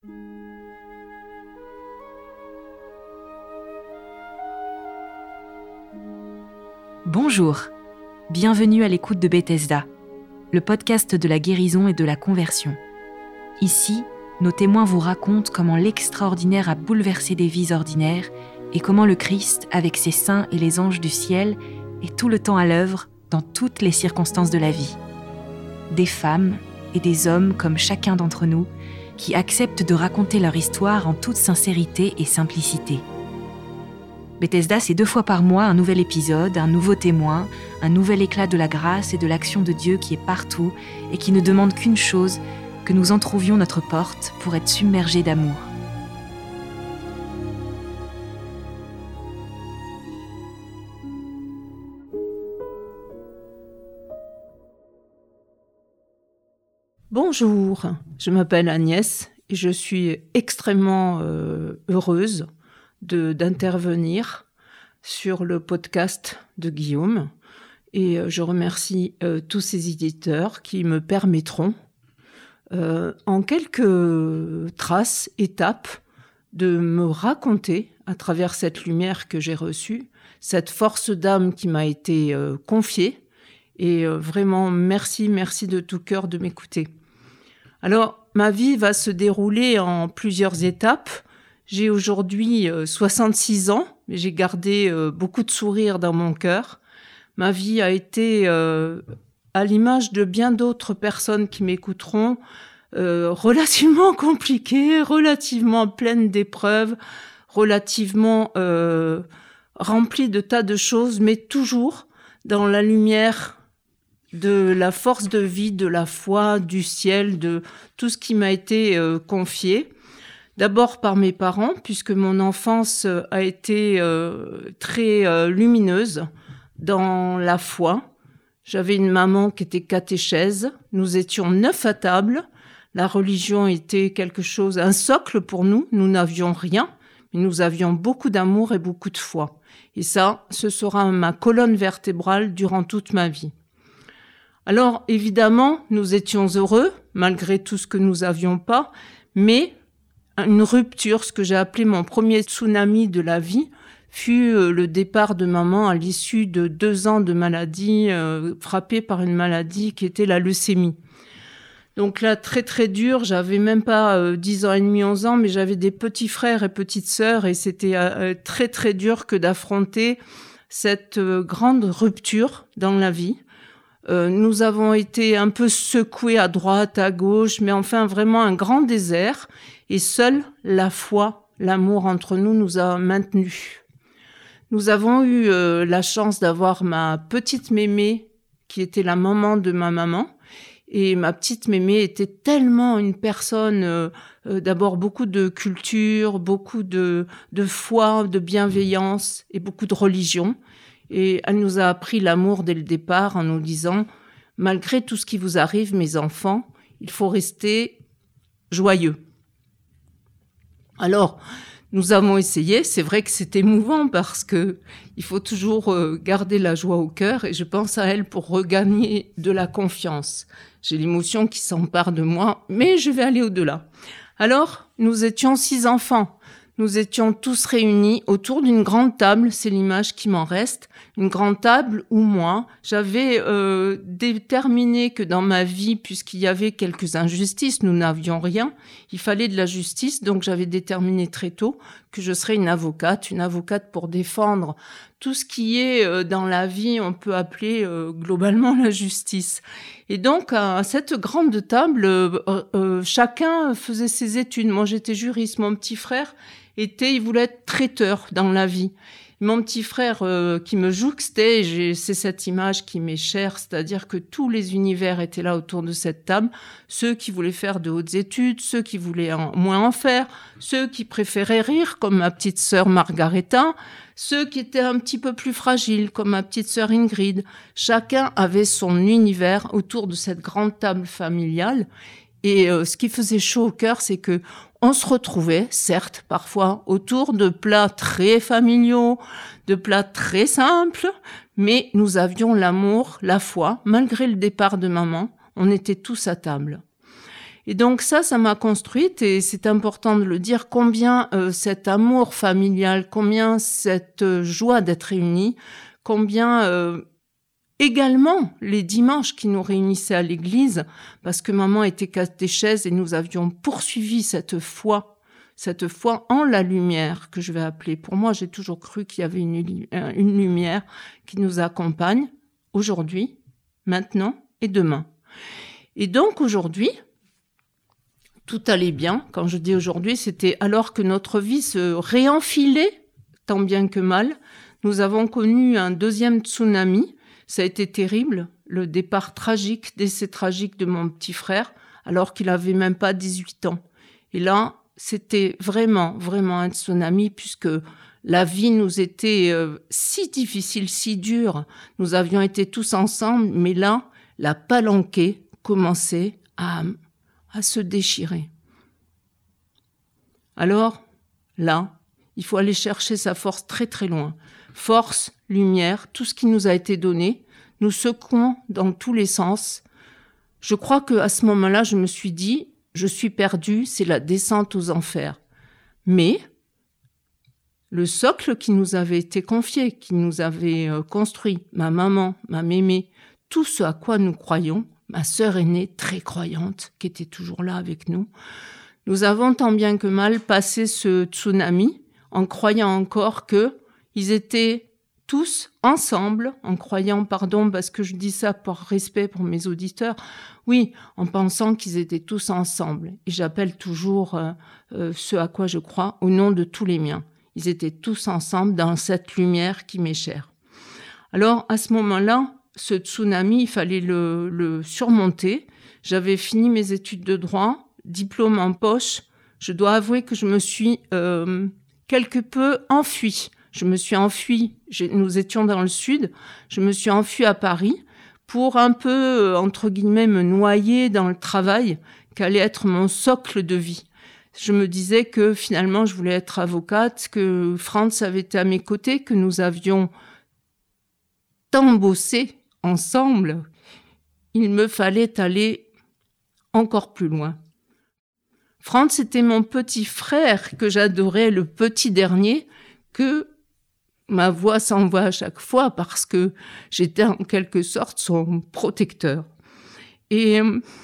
Bonjour, bienvenue à l'écoute de Bethesda, le podcast de la guérison et de la conversion. Ici, nos témoins vous racontent comment l'extraordinaire a bouleversé des vies ordinaires et comment le Christ, avec ses saints et les anges du ciel, est tout le temps à l'œuvre dans toutes les circonstances de la vie. Des femmes et des hommes comme chacun d'entre nous qui acceptent de raconter leur histoire en toute sincérité et simplicité. Bethesda, c'est 2 fois par mois un nouvel épisode, un nouveau témoin, un nouvel éclat de la grâce et de l'action de Dieu qui est partout et qui ne demande qu'une chose, que nous entr'ouvrions notre porte pour être submergés d'amour. Bonjour, je m'appelle Agnès et je suis extrêmement heureuse d'intervenir sur le podcast de Guillaume et je remercie tous ces éditeurs qui me permettront en quelques traces, étapes, de me raconter à travers cette lumière que j'ai reçue, cette force d'âme qui m'a été confiée et vraiment merci de tout cœur de m'écouter. Alors, ma vie va se dérouler en plusieurs étapes. J'ai aujourd'hui 66 ans, mais j'ai gardé beaucoup de sourires dans mon cœur. Ma vie a été, à l'image de bien d'autres personnes qui m'écouteront, relativement compliquée, relativement pleine d'épreuves, relativement remplie de tas de choses, mais toujours dans la lumière de la force de vie, de la foi, du ciel, de tout ce qui m'a été confié. D'abord par mes parents, puisque mon enfance a été très lumineuse dans la foi. J'avais une maman qui était catéchèse, nous étions 9 à table. La religion était quelque chose, un socle pour nous. Nous n'avions rien, mais nous avions beaucoup d'amour et beaucoup de foi. Et ça, ce sera ma colonne vertébrale durant toute ma vie. Alors, évidemment, nous étions heureux, malgré tout ce que nous n'avions pas, mais une rupture, ce que j'ai appelé mon premier tsunami de la vie, fut le départ de maman à l'issue de 2 ans de maladie, frappée par une maladie qui était la leucémie. Donc là, très très dur, j'avais même pas 10 ans et demi, 11 ans, mais j'avais des petits frères et petites sœurs et c'était très très dur que d'affronter cette grande rupture dans la vie. Nous avons été un peu secoués à droite, à gauche, mais enfin vraiment un grand désert. Et seule la foi, l'amour entre nous a maintenus. Nous avons eu la chance d'avoir ma petite mémé, qui était la maman de ma maman. Et ma petite mémé était tellement une personne, d'abord beaucoup de culture, beaucoup de foi, de bienveillance et beaucoup de religion. Et elle nous a appris l'amour dès le départ en nous disant « Malgré tout ce qui vous arrive, mes enfants, il faut rester joyeux. » Alors, nous avons essayé. C'est vrai que c'est émouvant parce que il faut toujours garder la joie au cœur et je pense à elle pour regagner de la confiance. J'ai l'émotion qui s'empare de moi, mais je vais aller au-delà. Alors, nous étions 6 enfants. Nous étions tous réunis autour d'une grande table, c'est l'image qui m'en reste, une grande table où moi, j'avais déterminé que dans ma vie, puisqu'il y avait quelques injustices, nous n'avions rien, il fallait de la justice, donc j'avais déterminé très tôt que je serais une avocate pour défendre tout ce qui est dans la vie, on peut appeler globalement la justice. Et donc, à cette grande table, chacun faisait ses études. Moi, j'étais juriste, mon petit frère il voulait être traiteur dans la vie. Mon petit frère qui me jouxtait, c'est cette image qui m'est chère, c'est-à-dire que tous les univers étaient là autour de cette table, ceux qui voulaient faire de hautes études, ceux qui voulaient moins en faire, ceux qui préféraient rire, comme ma petite sœur Margaretha, ceux qui étaient un petit peu plus fragiles, comme ma petite sœur Ingrid. Chacun avait son univers autour de cette grande table familiale. Et ce qui faisait chaud au cœur, c'est que on se retrouvait, certes, parfois autour de plats très familiaux, de plats très simples, mais nous avions l'amour, la foi, malgré le départ de maman, on était tous à table. Et donc ça m'a construite, et c'est important de le dire, combien cet amour familial, combien cette joie d'être réunis, combien également les dimanches qui nous réunissaient à l'église, parce que maman était catéchèse et nous avions poursuivi cette foi en la lumière, que je vais appeler. Pour moi, j'ai toujours cru qu'il y avait une lumière qui nous accompagne aujourd'hui, maintenant et demain. Et donc aujourd'hui, tout allait bien. Quand je dis aujourd'hui, c'était alors que notre vie se réenfilait, tant bien que mal. Nous avons connu un deuxième tsunami. Ça a été terrible, le départ tragique, décès tragique de mon petit frère, alors qu'il avait même pas 18 ans. Et là, c'était vraiment, vraiment un tsunami, puisque la vie nous était si difficile, si dure. Nous avions été tous ensemble, mais là, la palanquée commençait à se déchirer. Alors, là, il faut aller chercher sa force très très loin. Force, lumière, tout ce qui nous a été donné, nous secouons dans tous les sens. Je crois qu'à ce moment-là, je me suis dit, je suis perdue, c'est la descente aux enfers. Mais le socle qui nous avait été confié, qui nous avait construit, ma maman, ma mémé, tout ce à quoi nous croyons, ma sœur aînée très croyante, qui était toujours là avec nous, nous avons tant bien que mal passé ce tsunami en croyant encore qu'ils étaient tous ensemble, en croyant, pardon, parce que je dis ça par respect pour mes auditeurs, oui, en pensant qu'ils étaient tous ensemble. Et j'appelle toujours ce à quoi je crois au nom de tous les miens. Ils étaient tous ensemble dans cette lumière qui m'est chère. Alors, à ce moment-là, ce tsunami, il fallait le surmonter. J'avais fini mes études de droit, diplôme en poche. Je dois avouer que je me suis quelque peu enfuie. Je me suis enfuie, nous étions dans le sud, je me suis enfuie à Paris pour un peu, entre guillemets, me noyer dans le travail qu'allait être mon socle de vie. Je me disais que finalement, je voulais être avocate, que Franz avait été à mes côtés, que nous avions tant bossé ensemble. Il me fallait aller encore plus loin. Franz était mon petit frère que j'adorais, le petit dernier, que ma voix s'envoie à chaque fois parce que j'étais en quelque sorte son protecteur. Et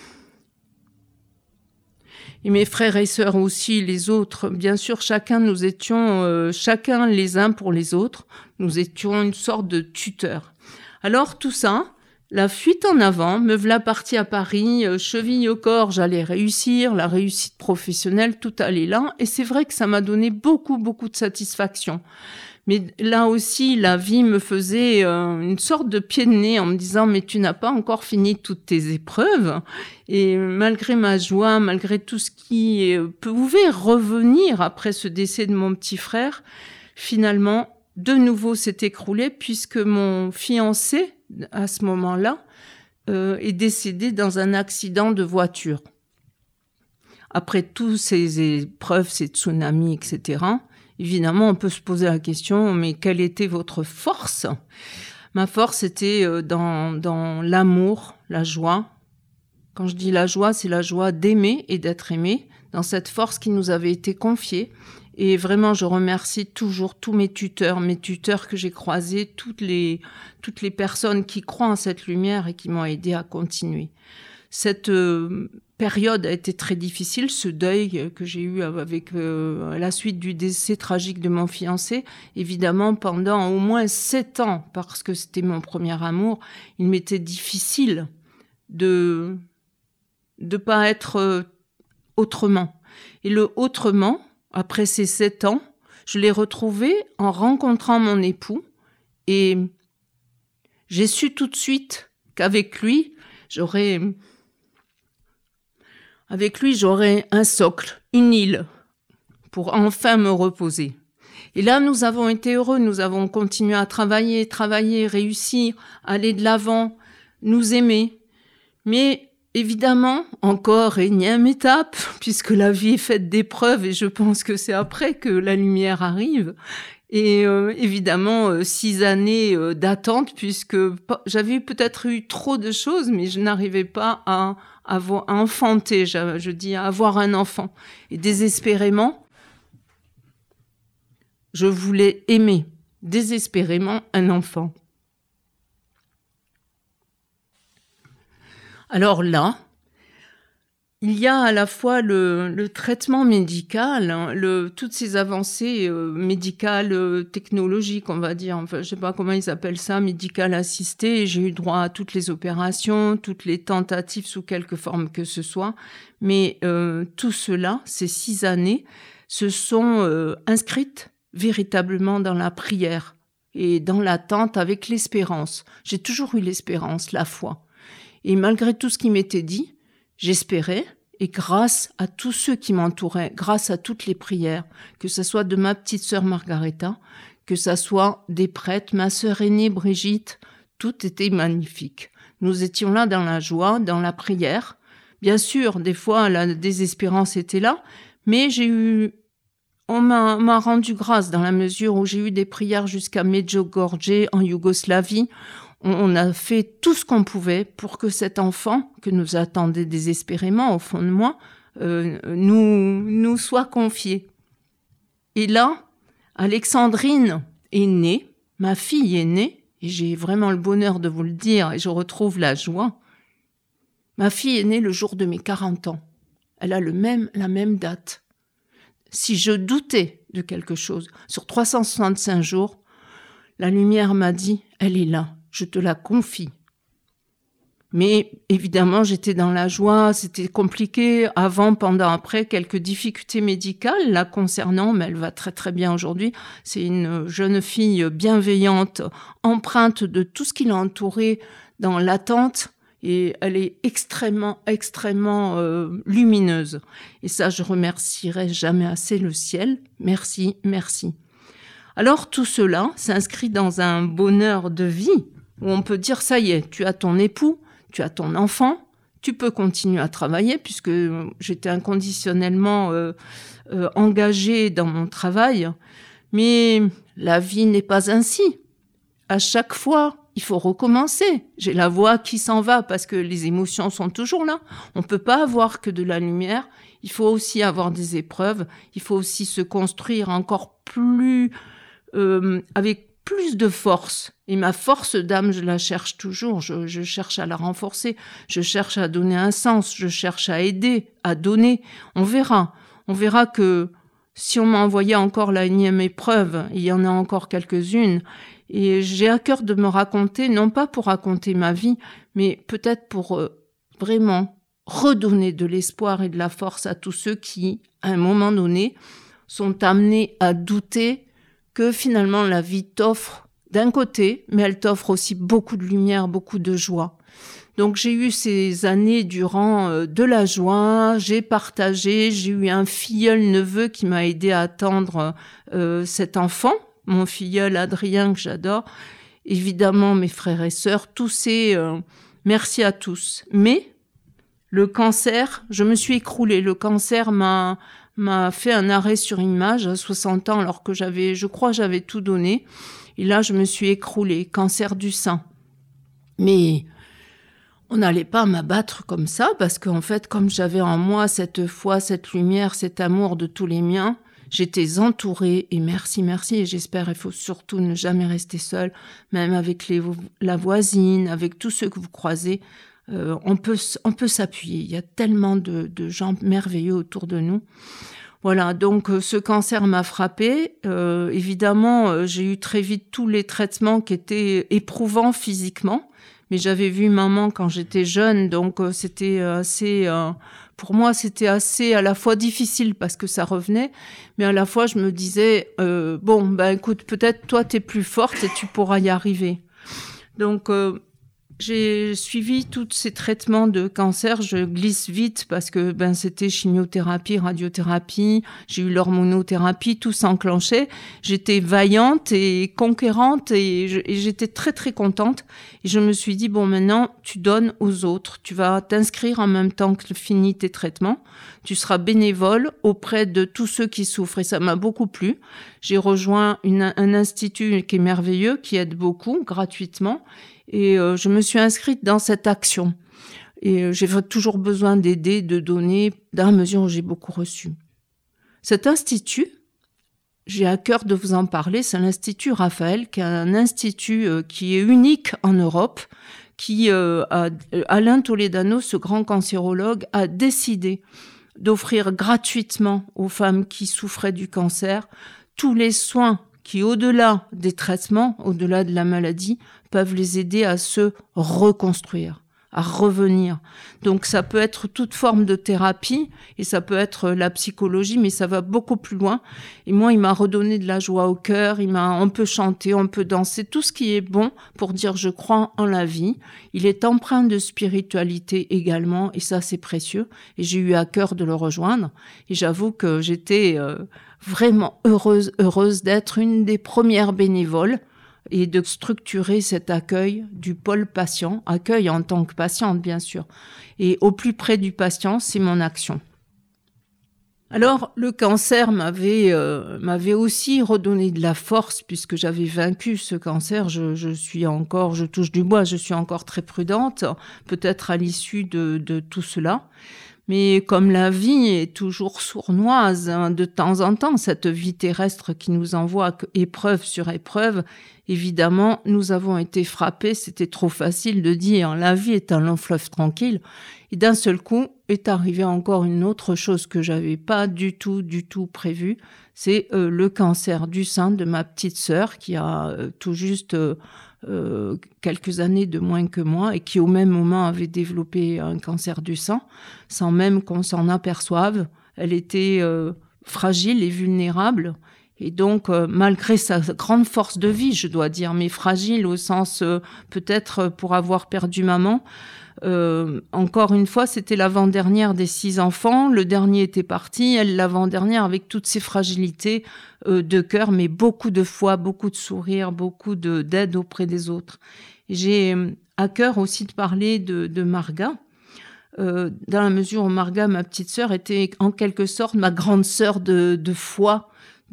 mes frères et sœurs aussi, les autres, bien sûr, nous étions chacun les uns pour les autres. Nous étions une sorte de tuteurs. Alors tout ça, la fuite en avant, me voilà partie à Paris, cheville au corps, j'allais réussir, la réussite professionnelle, tout allait là. Et c'est vrai que ça m'a donné beaucoup, beaucoup de satisfaction. Mais là aussi, la vie me faisait une sorte de pied de nez en me disant « Mais tu n'as pas encore fini toutes tes épreuves ». Et malgré ma joie, malgré tout ce qui pouvait revenir après ce décès de mon petit frère, finalement, de nouveau s'est écroulé puisque mon fiancé, à ce moment-là, est décédé dans un accident de voiture. Après tous ces épreuves, ces tsunamis, etc., évidemment, on peut se poser la question, mais quelle était votre force ? Ma force était dans l'amour, la joie. Quand je dis la joie, c'est la joie d'aimer et d'être aimé, dans cette force qui nous avait été confiée. Et vraiment, je remercie toujours tous mes tuteurs que j'ai croisés, toutes les personnes qui croient en cette lumière et qui m'ont aidé à continuer. Cette période a été très difficile, ce deuil que j'ai eu avec la suite du décès tragique de mon fiancé. Évidemment, pendant au moins 7 ans, parce que c'était mon premier amour, il m'était difficile de pas être autrement. Et le autrement, après ces 7 ans, je l'ai retrouvé en rencontrant mon époux et j'ai su tout de suite qu'avec lui, j'aurais un socle, une île, pour enfin me reposer. Et là, nous avons été heureux, nous avons continué à travailler, réussir, aller de l'avant, nous aimer. Mais évidemment, encore énième étape, puisque la vie est faite d'épreuves et je pense que c'est après que la lumière arrive. Et évidemment, 6 années d'attente, puisque j'avais peut-être eu trop de choses, mais je n'arrivais pas à enfanter, je dis avoir un enfant. Et désespérément, je voulais aimer désespérément un enfant. Alors là, il y a à la fois le traitement médical, toutes ces avancées médicales, technologiques, on va dire, enfin, je sais pas comment ils appellent ça, médical assisté. J'ai eu droit à toutes les opérations, toutes les tentatives sous quelque forme que ce soit. Mais tout cela, ces 6 années, se sont inscrites véritablement dans la prière et dans l'attente avec l'espérance. J'ai toujours eu l'espérance, la foi. Et malgré tout ce qui m'était dit, j'espérais, et grâce à tous ceux qui m'entouraient, grâce à toutes les prières, que ce soit de ma petite sœur Margaretha, que ce soit des prêtres, ma sœur aînée Brigitte, tout était magnifique. Nous étions là dans la joie, dans la prière. Bien sûr, des fois, la désespérance était là, mais on m'a rendu grâce dans la mesure où j'ai eu des prières jusqu'à Medjugorje en Yougoslavie. On a fait tout ce qu'on pouvait pour que cet enfant, que nous attendait désespérément au fond de moi, nous soit confié. Et là, Alexandrine est née, ma fille est née, et j'ai vraiment le bonheur de vous le dire, et je retrouve la joie. Ma fille est née le jour de mes 40 ans. Elle a la même date. Si je doutais de quelque chose, sur 365 jours, la lumière m'a dit, elle est là. Je te la confie. Mais évidemment, j'étais dans la joie, c'était compliqué avant, pendant, après, quelques difficultés médicales la concernant, mais elle va très très bien aujourd'hui. C'est une jeune fille bienveillante, empreinte de tout ce qui l'a entourée dans l'attente, et elle est extrêmement lumineuse. Et ça, je remercierai jamais assez le ciel. Merci, merci. Alors tout cela s'inscrit dans un bonheur de vie, où on peut dire, ça y est, tu as ton époux, tu as ton enfant, tu peux continuer à travailler, puisque j'étais inconditionnellement engagée dans mon travail. Mais la vie n'est pas ainsi. À chaque fois, il faut recommencer. J'ai la voix qui s'en va, parce que les émotions sont toujours là. On ne peut pas avoir que de la lumière. Il faut aussi avoir des épreuves. Il faut aussi se construire encore plus, avec plus de force. Et ma force d'âme, je la cherche toujours. Je cherche à la renforcer. Je cherche à donner un sens. Je cherche à aider, à donner. On verra. On verra que si on m'envoyait encore la 9e épreuve, il y en a encore quelques-unes. Et j'ai à cœur de me raconter, non pas pour raconter ma vie, mais peut-être pour vraiment redonner de l'espoir et de la force à tous ceux qui, à un moment donné, sont amenés à douter que finalement la vie t'offre d'un côté, mais elle t'offre aussi beaucoup de lumière, beaucoup de joie. Donc j'ai eu ces années durant de la joie, j'ai partagé, j'ai eu un filleul neveu qui m'a aidé à attendre cet enfant, mon filleul Adrien que j'adore, évidemment mes frères et sœurs, tous ces merci à tous. Mais le cancer, je me suis écroulée, le cancer m'a fait un arrêt sur image à 60 ans alors que je crois j'avais tout donné. Et là, je me suis écroulée, cancer du sein. Mais on n'allait pas m'abattre comme ça parce qu'en fait, comme j'avais en moi cette foi, cette lumière, cet amour de tous les miens, j'étais entourée et merci, et j'espère, il faut surtout ne jamais rester seule, même avec la voisine, avec tous ceux que vous croisez, on peut s'appuyer. Il y a tellement de gens merveilleux autour de nous. Voilà, donc ce cancer m'a frappée. Évidemment, j'ai eu très vite tous les traitements qui étaient éprouvants physiquement, mais j'avais vu maman quand j'étais jeune, donc c'était assez... pour moi, c'était assez à la fois difficile parce que ça revenait, mais à la fois je me disais, écoute, peut-être toi t'es plus forte et tu pourras y arriver. Donc j'ai suivi tous ces traitements de cancer, je glisse vite parce que c'était chimiothérapie, radiothérapie, j'ai eu l'hormonothérapie, tout s'enclenchait. J'étais vaillante et conquérante et j'étais très très contente. Et je me suis dit, maintenant tu donnes aux autres, tu vas t'inscrire en même temps que tu finis tes traitements, tu seras bénévole auprès de tous ceux qui souffrent et ça m'a beaucoup plu. J'ai rejoint un institut qui est merveilleux, qui aide beaucoup gratuitement. Et je me suis inscrite dans cette action. Et j'ai toujours besoin d'aider, de donner, dans la mesure où j'ai beaucoup reçu. Cet institut, j'ai à cœur de vous en parler, c'est l'Institut Raphaël, qui est un institut qui est unique en Europe, qui, Alain Toledano, ce grand cancérologue, a décidé d'offrir gratuitement aux femmes qui souffraient du cancer tous les soins qui, au-delà des traitements, au-delà de la maladie, peuvent les aider à se reconstruire, à revenir. Donc ça peut être toute forme de thérapie et ça peut être la psychologie, mais ça va beaucoup plus loin. Et moi, il m'a redonné de la joie au cœur, on peut chanter, on peut danser, tout ce qui est bon pour dire je crois en la vie. Il est empreint de spiritualité également et ça c'est précieux. Et j'ai eu à cœur de le rejoindre. Et j'avoue que j'étais vraiment heureuse d'être une des premières bénévoles et de structurer cet accueil du pôle patient, accueil en tant que patiente bien sûr. Et au plus près du patient, c'est mon action. Alors, le cancer m'avait aussi redonné de la force puisque j'avais vaincu ce cancer. Je touche du bois, je suis encore très prudente, peut-être à l'issue de tout cela. Mais comme la vie est toujours sournoise, de temps en temps, cette vie terrestre qui nous envoie épreuve sur épreuve, évidemment, nous avons été frappés, c'était trop facile de dire « la vie est un long fleuve tranquille ». Et d'un seul coup, est arrivée encore une autre chose que j'avais pas du tout prévu, c'est le cancer du sein de ma petite sœur qui a tout juste quelques années de moins que moi et qui au même moment avait développé un cancer du sein sans même qu'on s'en aperçoive. Elle était fragile et vulnérable et donc malgré sa grande force de vie, je dois dire, mais fragile au sens peut-être pour avoir perdu maman. Encore une fois, c'était l'avant-dernière des 6 enfants. Le dernier était parti, elle l'avant-dernière avec toutes ses fragilités de cœur, mais beaucoup de foi, beaucoup de sourires, beaucoup d'aide auprès des autres. J'ai à cœur aussi de parler de Marga, dans la mesure où Marga, ma petite sœur, était en quelque sorte ma grande sœur de foi,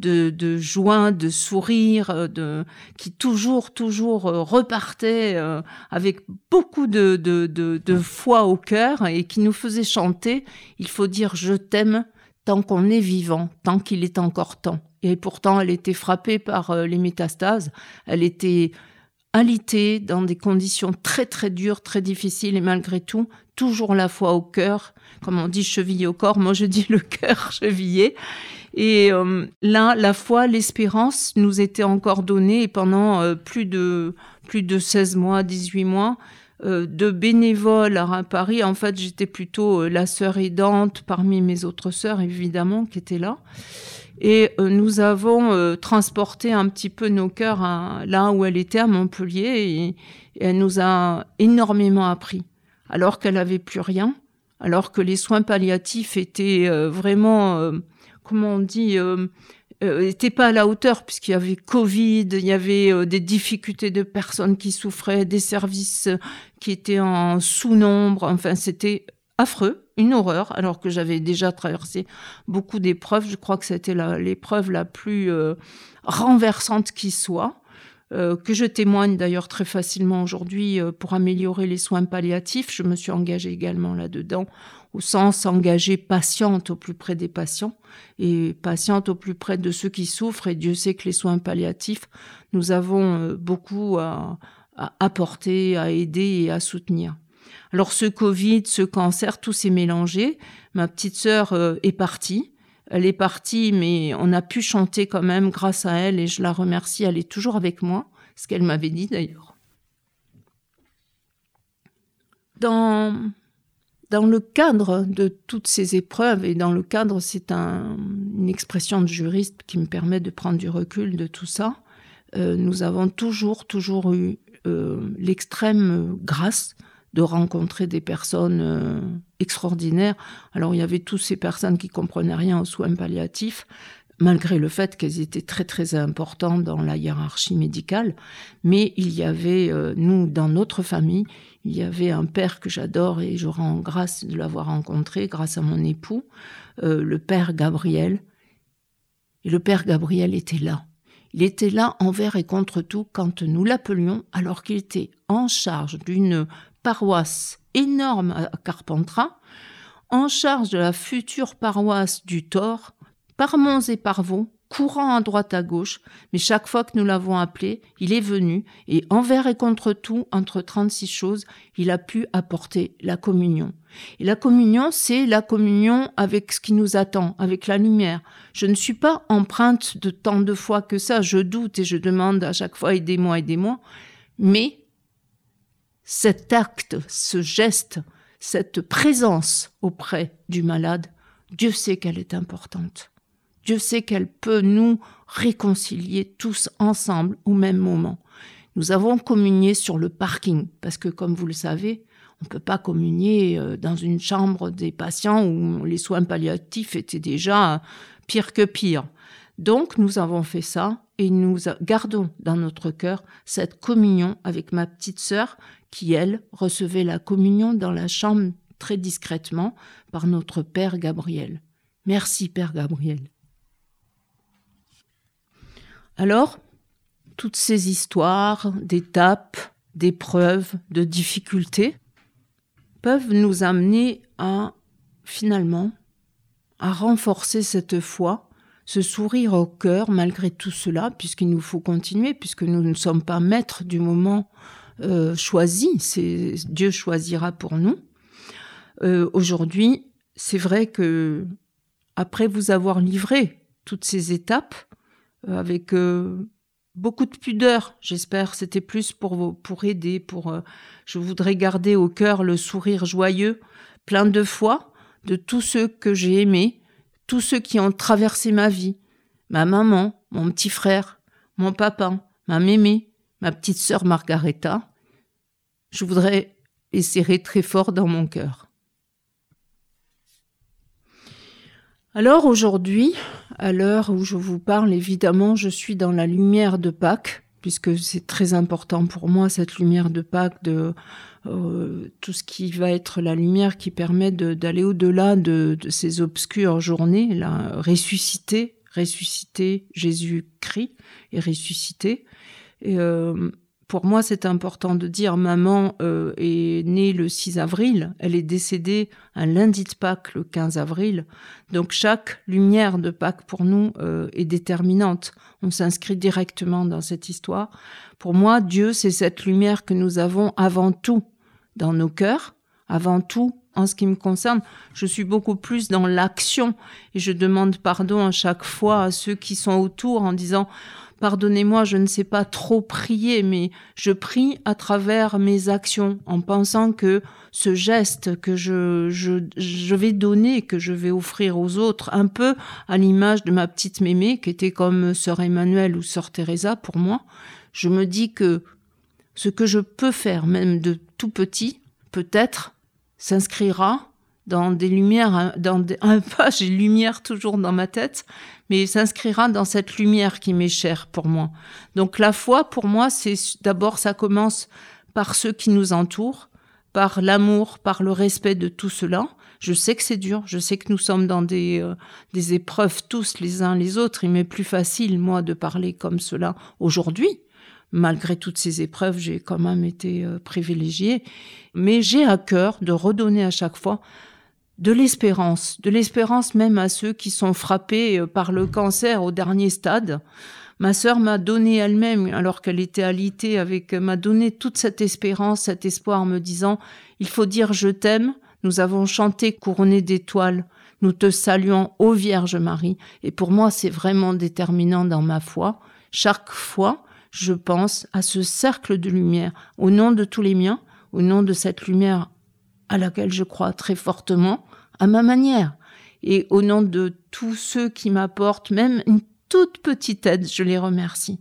de joie, de sourire, qui toujours repartait avec beaucoup de foi au cœur et qui nous faisait chanter « Il faut dire je t'aime tant qu'on est vivant, tant qu'il est encore temps ». Et pourtant, elle était frappée par les métastases. Elle était alitée dans des conditions très très dures, très difficiles et malgré tout, toujours la foi au cœur. Comme on dit chevillé au corps, moi je dis le cœur chevillé. Et là, la foi, l'espérance nous était encore donnée et pendant plus de 16 mois, 18 mois, de bénévole à Paris. En fait, j'étais plutôt la sœur aidante parmi mes autres sœurs, évidemment, qui étaient là. Et nous avons transporté un petit peu nos cœurs là où elle était, à Montpellier, et elle nous a énormément appris. Alors qu'elle n'avait plus rien, alors que les soins palliatifs étaient vraiment... comment on dit, n'était pas à la hauteur puisqu'il y avait Covid, il y avait des difficultés de personnes qui souffraient, des services qui étaient en sous-nombre. Enfin, c'était affreux, une horreur, alors que j'avais déjà traversé beaucoup d'épreuves. Je crois que c'était l'épreuve la plus renversante qui soit, que je témoigne d'ailleurs très facilement aujourd'hui pour améliorer les soins palliatifs. Je me suis engagée également là-dedans, au sens engagée patiente au plus près des patients et patiente au plus près de ceux qui souffrent. Et Dieu sait que les soins palliatifs, nous avons beaucoup à apporter, à aider et à soutenir. Alors ce Covid, ce cancer, tout s'est mélangé. Ma petite sœur est partie. Elle est partie, mais on a pu chanter quand même grâce à elle et je la remercie. Elle est toujours avec moi, ce qu'elle m'avait dit d'ailleurs. Dans le cadre de toutes ces épreuves, et dans le cadre, c'est une expression de juriste qui me permet de prendre du recul de tout ça, nous avons toujours eu l'extrême grâce de rencontrer des personnes extraordinaires. Alors, il y avait toutes ces personnes qui comprenaient rien aux soins palliatifs, malgré le fait qu'elles étaient très, très importantes dans la hiérarchie médicale. Mais il y avait, nous, dans notre famille, il y avait un père que j'adore et je rends grâce de l'avoir rencontré grâce à mon époux, le père Gabriel. Et le père Gabriel était là. Il était là envers et contre tout quand nous l'appelions, alors qu'il était en charge d'une paroisse énorme à Carpentras, en charge de la future paroisse du Thor, par Mons et par Vaux, courant à droite à gauche, mais chaque fois que nous l'avons appelé, il est venu et envers et contre tout, entre 36 choses, il a pu apporter la communion. Et la communion, c'est la communion avec ce qui nous attend, avec la lumière. Je ne suis pas empreinte de tant de fois que ça, je doute et je demande à chaque fois aidez-moi, mais cet acte, ce geste, cette présence auprès du malade, Dieu sait qu'elle est importante. Dieu sait qu'elle peut nous réconcilier tous ensemble au même moment. Nous avons communié sur le parking, parce que comme vous le savez, on ne peut pas communier dans une chambre des patients où les soins palliatifs étaient déjà pire que pire. Donc nous avons fait ça et nous gardons dans notre cœur cette communion avec ma petite sœur qui, elle, recevait la communion dans la chambre très discrètement par notre Père Gabriel. Merci Père Gabriel. Alors, toutes ces histoires d'étapes, d'épreuves, de difficultés peuvent nous amener finalement, à renforcer cette foi, ce sourire au cœur malgré tout cela, puisqu'il nous faut continuer, puisque nous ne sommes pas maîtres du moment choisi, Dieu choisira pour nous. Aujourd'hui, c'est vrai que après vous avoir livré toutes ces étapes, avec beaucoup de pudeur, j'espère, c'était plus pour aider, je voudrais garder au cœur le sourire joyeux, plein de foi, de tous ceux que j'ai aimés, tous ceux qui ont traversé ma vie, ma maman, mon petit frère, mon papa, ma mémé, ma petite sœur Margaretha. Je voudrais les serrer très fort dans mon cœur. Alors aujourd'hui, à l'heure où je vous parle, évidemment, je suis dans la lumière de Pâques, puisque c'est très important pour moi, cette lumière de Pâques, de tout ce qui va être la lumière qui permet d'aller au-delà de ces obscures journées, là, ressuscité, Jésus-Christ est ressuscité. Et, pour moi, c'est important de dire, maman est née le 6 avril, elle est décédée un lundi de Pâques, le 15 avril. Donc chaque lumière de Pâques pour nous est déterminante. On s'inscrit directement dans cette histoire. Pour moi, Dieu, c'est cette lumière que nous avons avant tout dans nos cœurs, avant tout. En ce qui me concerne, je suis beaucoup plus dans l'action et je demande pardon à chaque fois à ceux qui sont autour en disant « Pardonnez-moi, je ne sais pas trop prier, mais je prie à travers mes actions en pensant que ce geste que je vais donner, que je vais offrir aux autres, un peu à l'image de ma petite mémé qui était comme Sœur Emmanuelle ou Sœur Teresa pour moi, je me dis que ce que je peux faire, même de tout petit, peut-être s'inscrira dans des lumières, j'ai lumière toujours dans ma tête, mais s'inscrira dans cette lumière qui m'est chère pour moi. Donc la foi, pour moi, c'est d'abord, ça commence par ceux qui nous entourent, par l'amour, par le respect de tout cela. Je sais que c'est dur, je sais que nous sommes dans des épreuves tous les uns les autres. Il m'est plus facile, moi, de parler comme cela aujourd'hui. Malgré toutes ces épreuves, j'ai quand même été privilégiée. Mais j'ai à cœur de redonner à chaque fois de l'espérance même à ceux qui sont frappés par le cancer au dernier stade. Ma sœur m'a donné elle-même, alors qu'elle était alitée m'a donné toute cette espérance, cet espoir en me disant « Il faut dire je t'aime, nous avons chanté couronné d'étoiles, nous te saluons, ô Vierge Marie. » Et pour moi, c'est vraiment déterminant dans ma foi. Chaque fois, je pense à ce cercle de lumière, au nom de tous les miens, au nom de cette lumière à laquelle je crois très fortement, à ma manière. Et au nom de tous ceux qui m'apportent même une toute petite aide, je les remercie.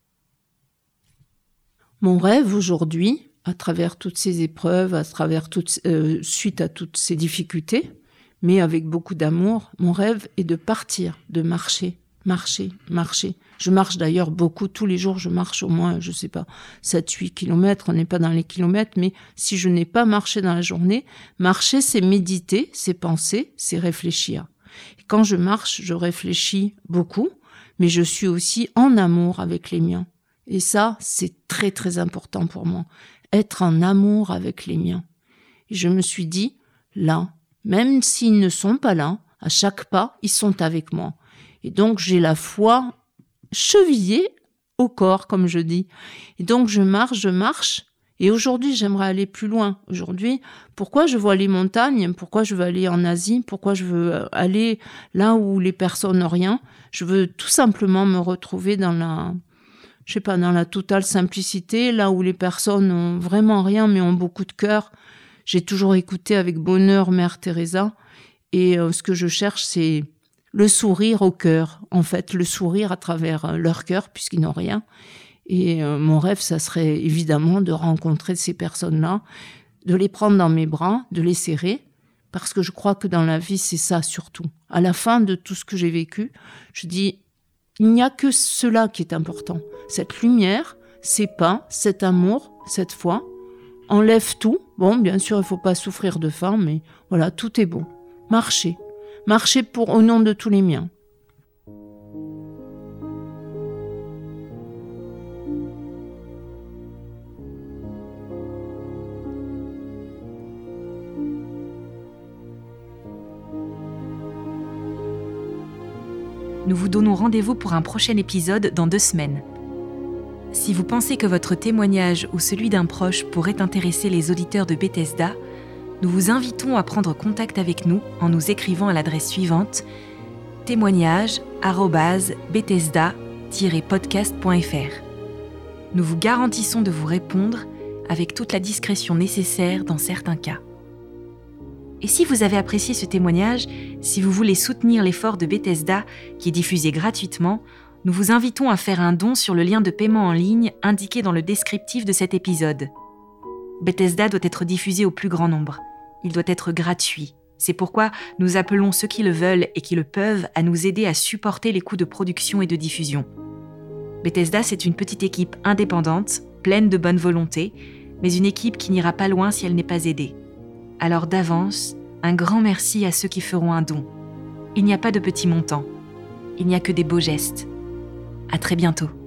Mon rêve aujourd'hui, à travers toutes ces épreuves, suite à toutes ces difficultés, mais avec beaucoup d'amour, mon rêve est de partir, de marcher. Je marche d'ailleurs beaucoup, tous les jours je marche au moins, 7-8 kilomètres, on n'est pas dans les kilomètres, mais si je n'ai pas marché dans la journée, marcher c'est méditer, c'est penser, c'est réfléchir. Et quand je marche, je réfléchis beaucoup, mais je suis aussi en amour avec les miens. Et ça, c'est très très important pour moi. être en amour avec les miens. Et je me suis dit, là, même s'ils ne sont pas là, à chaque pas, ils sont avec moi. Et donc, j'ai la foi chevillée au corps, comme je dis. Et donc, je marche. Et aujourd'hui, j'aimerais aller plus loin. Aujourd'hui, pourquoi je veux aller montagnes? Pourquoi je veux aller en Asie? Pourquoi je veux aller là où les personnes n'ont rien? Je veux tout simplement me retrouver dans la totale simplicité, là où les personnes n'ont vraiment rien, mais ont beaucoup de cœur. J'ai toujours écouté avec bonheur Mère Teresa. Et ce que je cherche, c'est le sourire au cœur. En fait, le sourire à travers leur cœur, puisqu'ils n'ont rien. Et mon rêve, ça serait évidemment de rencontrer ces personnes-là, de les prendre dans mes bras, de les serrer, parce que je crois que dans la vie, c'est ça surtout. À la fin de tout ce que j'ai vécu, je dis, il n'y a que cela qui est important. Cette lumière, ces pas, cet amour, cette foi, enlève tout. Bon, bien sûr, il ne faut pas souffrir de faim, mais voilà, tout est bon. Marchez au nom de tous les miens. Nous vous donnons rendez-vous pour un prochain épisode dans 2 semaines. Si vous pensez que votre témoignage ou celui d'un proche pourrait intéresser les auditeurs de Bethesda, nous vous invitons à prendre contact avec nous en nous écrivant à l'adresse suivante témoignage@bethesda-podcast.fr. Nous vous garantissons de vous répondre avec toute la discrétion nécessaire dans certains cas. Et si vous avez apprécié ce témoignage, si vous voulez soutenir l'effort de Bethesda qui est diffusé gratuitement, nous vous invitons à faire un don sur le lien de paiement en ligne indiqué dans le descriptif de cet épisode. Bethesda doit être diffusé au plus grand nombre. Il doit être gratuit. C'est pourquoi nous appelons ceux qui le veulent et qui le peuvent à nous aider à supporter les coûts de production et de diffusion. Bethesda, c'est une petite équipe indépendante, pleine de bonne volonté, mais une équipe qui n'ira pas loin si elle n'est pas aidée. Alors d'avance, un grand merci à ceux qui feront un don. Il n'y a pas de petits montants. Il n'y a que des beaux gestes. À très bientôt.